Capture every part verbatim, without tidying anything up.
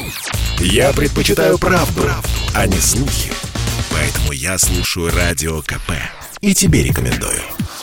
Я предпочитаю правду, правду, а не слухи. Поэтому я слушаю Радио КП. И тебе рекомендую.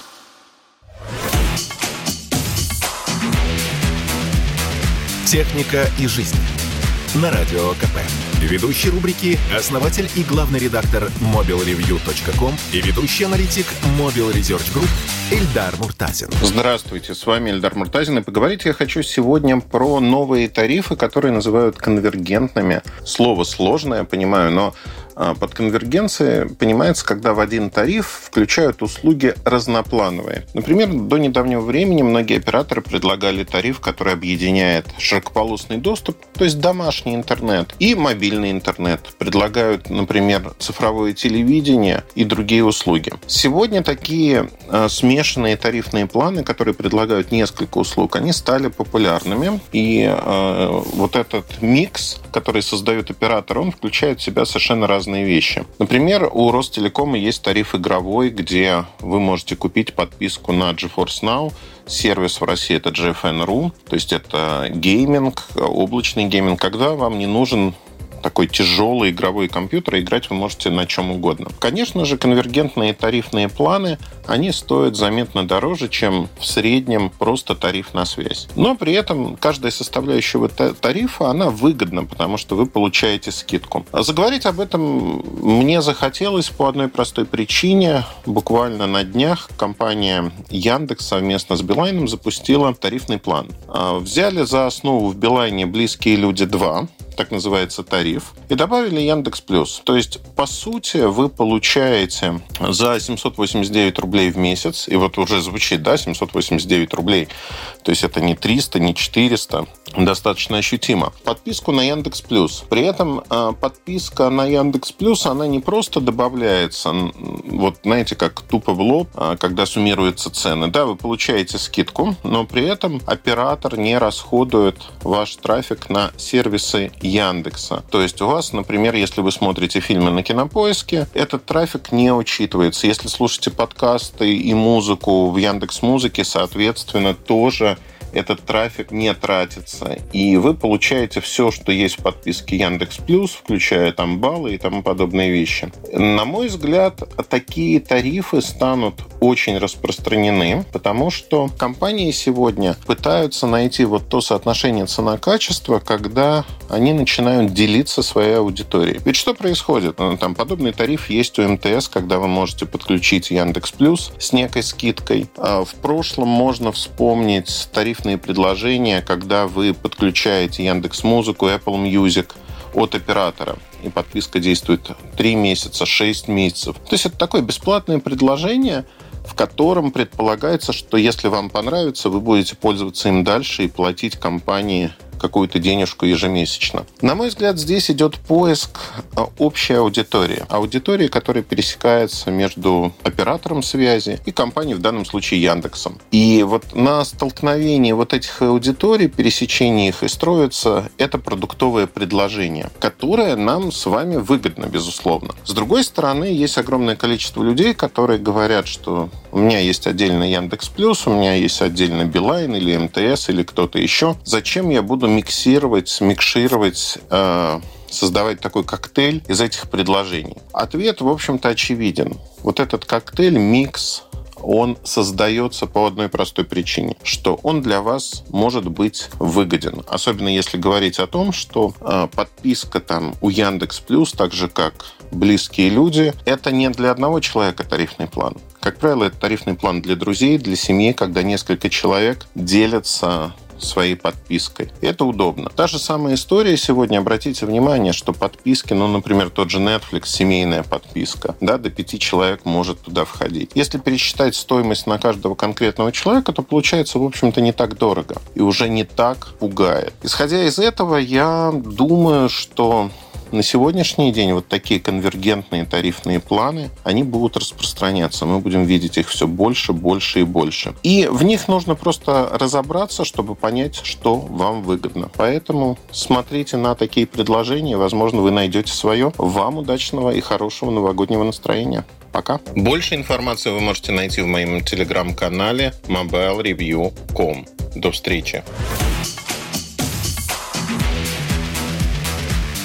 «Техника и жизнь» на Радио КП. Ведущий рубрики – основатель и главный редактор мобил ревью точка ком и ведущий аналитик Mobile Research Group Эльдар Муртазин. Здравствуйте, с вами Эльдар Муртазин. И поговорить я хочу сегодня про новые тарифы, которые называют конвергентными. Слово сложное, я понимаю, но под конвергенцией понимается, когда в один тариф включают услуги разноплановые. Например, до недавнего времени многие операторы предлагали тариф, который объединяет широкополосный доступ, то есть домашний интернет, и мобильный интернет. Предлагают, например, цифровое телевидение и другие услуги. Сегодня такие смешанные тарифные планы, которые предлагают несколько услуг, они стали популярными. И э, вот этот микс, который создает оператор, он включает в себя совершенно разные разные вещи. Например, у Ростелекома есть тариф игровой, где вы можете купить подписку на GeForce Now. Сервис в России — это джи эф эн точка ру, то есть это гейминг, облачный гейминг, когда вам не нужен такой тяжелый игровой компьютер, и играть вы можете на чем угодно. Конечно же, конвергентные тарифные планы, они стоят заметно дороже, чем в среднем просто тариф на связь. Но при этом каждая составляющая тарифа, она выгодна, потому что вы получаете скидку. А заговорить об этом мне захотелось по одной простой причине. Буквально на днях компания Яндекс совместно с Билайном запустила тарифный план. Взяли за основу в Билайне «Близкие люди два», так называется тариф, и добавили Яндекс Плюс. То есть, по сути, вы получаете за семьсот восемьдесят девять рублей в месяц, и вот уже звучит, да, семьсот восемьдесят девять рублей, то есть это не триста, не четыреста, достаточно ощутимо. Подписку на Яндекс Плюс. При этом подписка на Яндекс Плюс, она не просто добавляется, вот знаете, как тупо в лоб, когда суммируются цены. Да, вы получаете скидку, но при этом оператор не расходует ваш трафик на сервисы Яндекса. То есть у вас, например, если вы смотрите фильмы на Кинопоиске, этот трафик не учитывается. Если слушаете подкасты и музыку в Яндекс.Музыке, соответственно, тоже этот трафик не тратится. И вы получаете все, что есть в подписке Яндекс Плюс, включая там баллы и тому подобные вещи. На мой взгляд, такие тарифы станут очень распространены, потому что компании сегодня пытаются найти вот то соотношение цена-качество, когда они начинают делиться своей аудиторией. Ведь что происходит? Там подобный тариф есть у эм тэ эс, когда вы можете подключить Яндекс Плюс с некой скидкой. В прошлом можно вспомнить тариф предложения, когда вы подключаете Яндекс.Музыку, Apple Music от оператора. И подписка действует три месяца, шесть месяцев. То есть это такое бесплатное предложение, в котором предполагается, что если вам понравится, вы будете пользоваться им дальше и платить компании какую-то денежку ежемесячно. На мой взгляд, здесь идет поиск общей аудитории. Аудитории, которая пересекается между оператором связи и компанией, в данном случае Яндексом. И вот на столкновении вот этих аудиторий, пересечении их и строится это продуктовое предложение, которое нам с вами выгодно, безусловно. С другой стороны, есть огромное количество людей, которые говорят, что у меня есть отдельно Яндекс Плюс, у меня есть отдельно Билайн или эм тэ эс или кто-то еще. Зачем я буду миксировать, микшировать, э, создавать такой коктейль из этих предложений? Ответ, в общем-то, очевиден. Вот этот коктейль, микс, он создается по одной простой причине, что он для вас может быть выгоден. Особенно если говорить о том, что э, подписка там у Яндекс Плюс, так же как «Близкие люди», это не для одного человека тарифный план. Как правило, это тарифный план для друзей, для семьи, когда несколько человек делятся своей подпиской. И это удобно. Та же самая история сегодня. Обратите внимание, что подписки, ну, например, тот же Netflix, семейная подписка, да, до пяти человек может туда входить. Если пересчитать стоимость на каждого конкретного человека, то получается, в общем-то, не так дорого и уже не так пугает. Исходя из этого, я думаю, что на сегодняшний день вот такие конвергентные тарифные планы, они будут распространяться. Мы будем видеть их все больше, больше и больше. И в них нужно просто разобраться, чтобы понять, что вам выгодно. Поэтому смотрите на такие предложения. Возможно, вы найдете свое. Вам удачного и хорошего новогоднего настроения. Пока. Больше информации вы можете найти в моем телеграм-канале мобайл ревью точка ком. До встречи.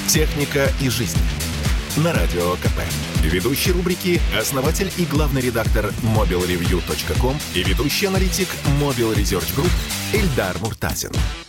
Техника и жизнь. На Радио КП. Ведущий рубрики – основатель и главный редактор мобил ревью точка ком и ведущий аналитик Mobile Research Group Эльдар Муртазин.